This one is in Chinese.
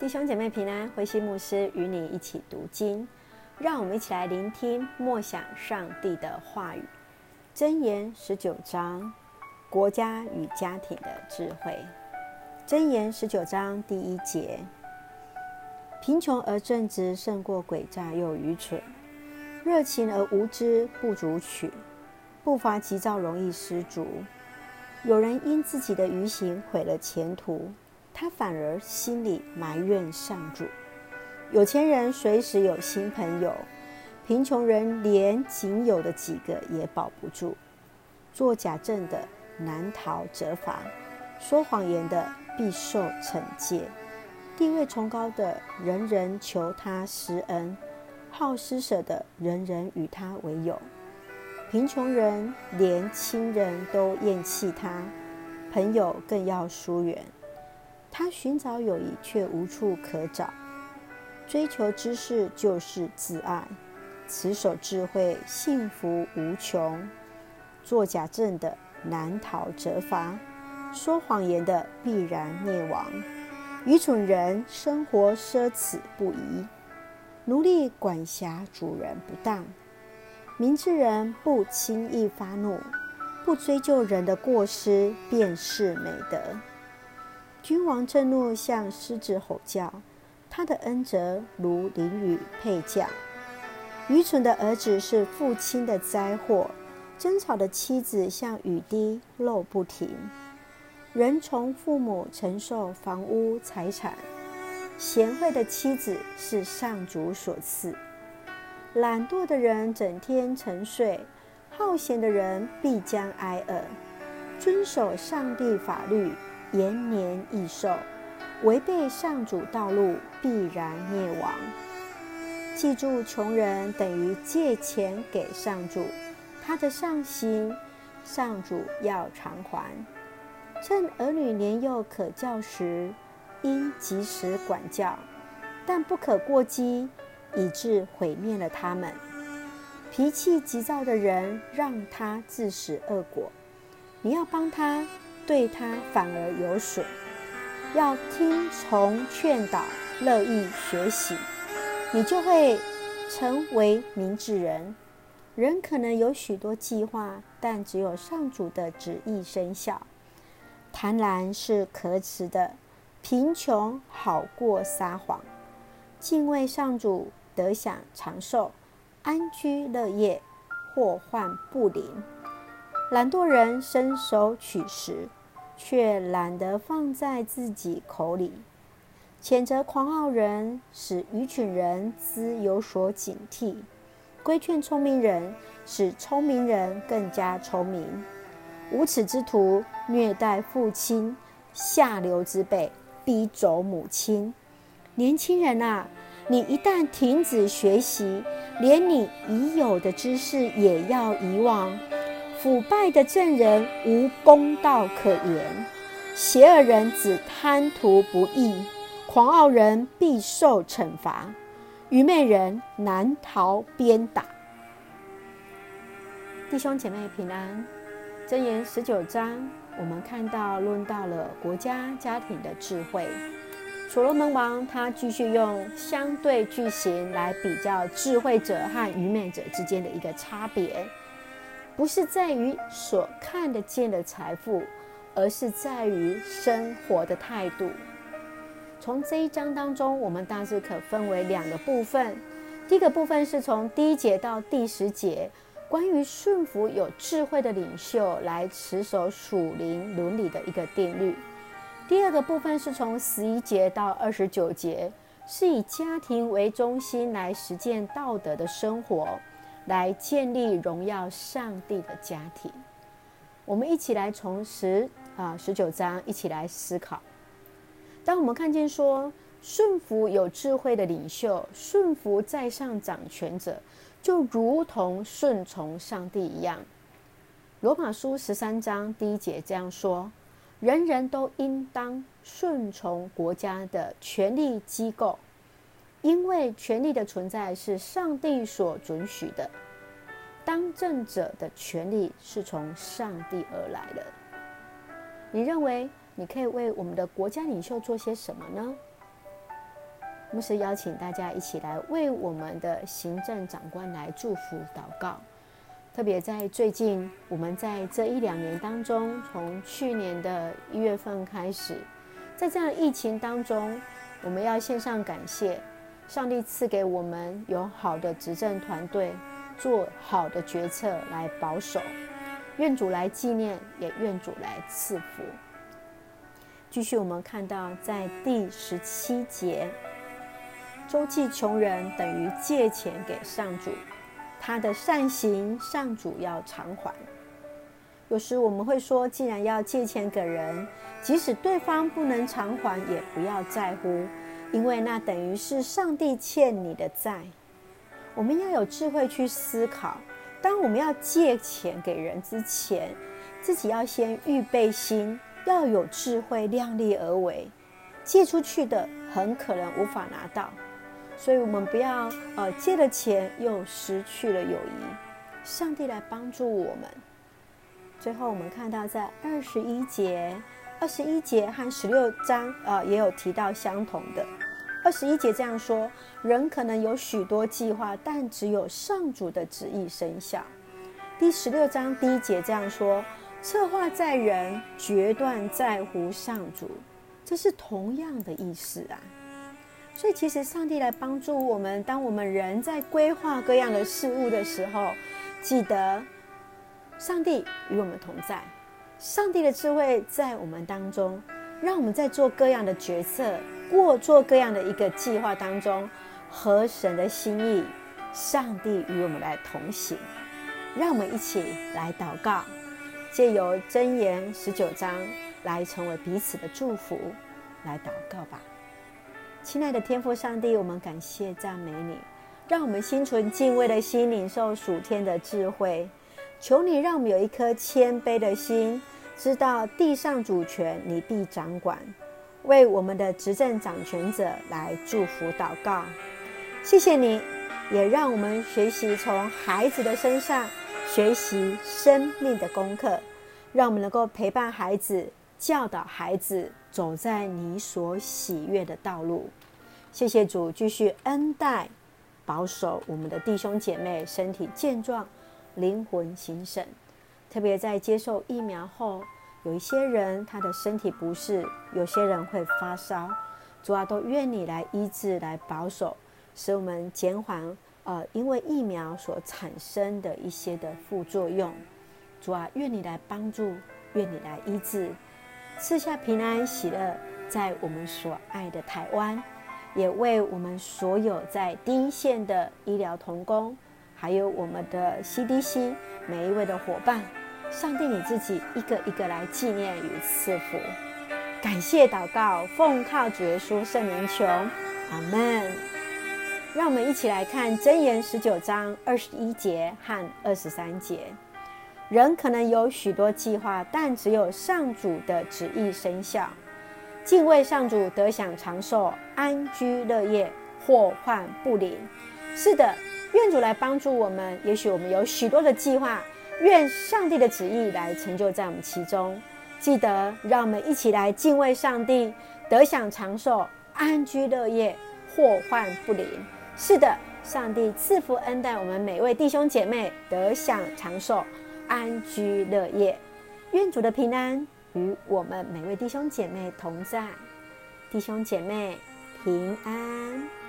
弟兄姐妹平安，慧馨牧师与你一起读经，让我们一起来聆听默想上帝的话语。箴言19章，国家与家庭的智慧。箴言19章第1节，贫穷而正直胜过诡诈又愚蠢，热情而无知不足取，步伐急躁容易失足。有人因自己的愚行毁了前途，他反而心里埋怨上主。有钱人随时有新朋友，贫穷人连仅有的几个也保不住。作假证的难逃责罚，说谎言的必受惩戒。地位崇高的人人求他施恩，好施舍的人人与他为友。贫穷人连亲人都厌弃他，朋友更要疏远。他寻找友谊却无处可找，追求知识就是自爱，持守智慧幸福无穷。作假证的难逃责罚，说谎言的必然灭亡。愚蠢人生活奢侈不宜，奴隶管辖主人不当。明智人不轻易发怒，不追究人的过失便是美德。君王震怒像狮子吼叫，他的恩泽如淋雨沛降。愚蠢的儿子是父亲的灾祸，争吵的妻子像雨滴漏不停。人从父母承受房屋财产，贤惠的妻子是上主所赐。懒惰的人整天沉睡，好闲的人必将挨饿。遵守上帝法律，延年益寿，违背上主道路，必然灭亡。记住，穷人等于借钱给上主，他的上行，上主要偿还。趁儿女年幼可教时，应及时管教，但不可过激，以致毁灭了他们。脾气急躁的人，让他自食恶果。你要帮他，对他反而有损。要听从劝导，乐意学习，你就会成为明智人。人可能有许多计划，但只有上主的旨意生效。贪婪是可耻的，贫穷好过撒谎。敬畏上主，得享长寿，安居乐业，祸患不临。懒惰人伸手取食，却懒得放在自己口里。谴责狂傲人，使愚蠢人兹有所警惕。规劝聪明人，使聪明人更加聪明。无耻之徒虐待父亲，下流之辈逼走母亲。年轻人啊，你一旦停止学习，连你已有的知识也要遗忘。腐败的正人无公道可言，邪恶人只贪图不义，狂傲人必受惩罚，愚昧人难逃鞭打。弟兄姐妹平安。箴言19章，我们看到论到了国家家庭的智慧。所罗门王他继续用相对句型来比较智慧者和愚昧者之间的一个差别，不是在于所看得见的财富，而是在于生活的态度。从这一章当中，我们大致可分为2个部分。第一个部分是从第1节到第10节，关于顺服有智慧的领袖来持守属灵伦理的一个定律。第2个部分是从11节到29节，是以家庭为中心来实践道德的生活，来建立荣耀上帝的家庭。我们一起来从19章一起来思考。当我们看见说顺服有智慧的领袖，顺服在上掌权者，就如同顺从上帝一样。罗马书13章第1节这样说：人人都应当顺从国家的权力机构，因为权力的存在是上帝所准许的，当政者的权力是从上帝而来的。你认为你可以为我们的国家领袖做些什么呢？ 牧师邀请大家一起来为我们的行政长官来祝福祷告。特别在最近，我们在这1-2年当中，从去年的1月份开始，在这样的疫情当中，我们要献上感谢，上帝赐给我们有好的执政团队，做好的决策来保守。愿主来纪念，也愿主来赐福。继续我们看到在第17节，周济穷人等于借钱给上主，他的善行上主要偿还。有时我们会说，既然要借钱给人，即使对方不能偿还，也不要在乎，因为那等于是上帝欠你的债。我们要有智慧去思考，当我们要借钱给人之前，自己要先预备心，要有智慧，量力而为。借出去的很可能无法拿到，所以我们不要借了钱又失去了友谊。上帝来帮助我们。最后我们看到在21节和16章也有提到相同的。21节这样说，人可能有许多计划，但只有上主的旨意生效。第16章第1节这样说，策划在人，决断在乎上主。这是同样的意思啊。所以其实上帝来帮助我们，当我们人在规划各样的事物的时候，记得上帝与我们同在，上帝的智慧在我们当中，让我们在做各样的决策，做各样的一个计划当中，合神的心意，上帝与我们来同行。让我们一起来祷告，借由箴言19章来成为彼此的祝福，来祷告吧。亲爱的天父上帝，我们感谢赞美你，让我们心存敬畏的心，领受属天的智慧。求你让我们有一颗谦卑的心，知道地上主权你必掌管，为我们的执政掌权者来祝福祷告。谢谢你，也让我们学习从孩子的身上学习生命的功课，让我们能够陪伴孩子，教导孩子走在你所喜悦的道路。谢谢主，继续恩待保守我们的弟兄姐妹身体健壮，灵魂兴盛。特别在接受疫苗后，有一些人他的身体不适，有些人会发烧，主啊，都愿你来医治，来保守，使我们减缓因为疫苗所产生的一些的副作用。主啊，愿你来帮助，愿你来医治，赐下平安喜乐在我们所爱的台湾，也为我们所有在第一线的医疗同工，还有我们的 CDC 每一位的伙伴，上帝你自己一个一个来纪念与赐福。感谢祷告，奉靠主耶稣圣名求，阿们。让我们一起来看箴言19章21节和23节。人可能有许多计划，但只有上主的旨意生效。敬畏上主，得享长寿，安居乐业，祸患不临。是的，愿主来帮助我们。也许我们有许多的计划，愿上帝的旨意来成就在我们其中。记得让我们一起来敬畏上帝，得享长寿，安居乐业，祸患不临。是的，上帝赐福恩待我们每位弟兄姐妹，得享长寿，安居乐业。愿主的平安与我们每位弟兄姐妹同在。弟兄姐妹平安。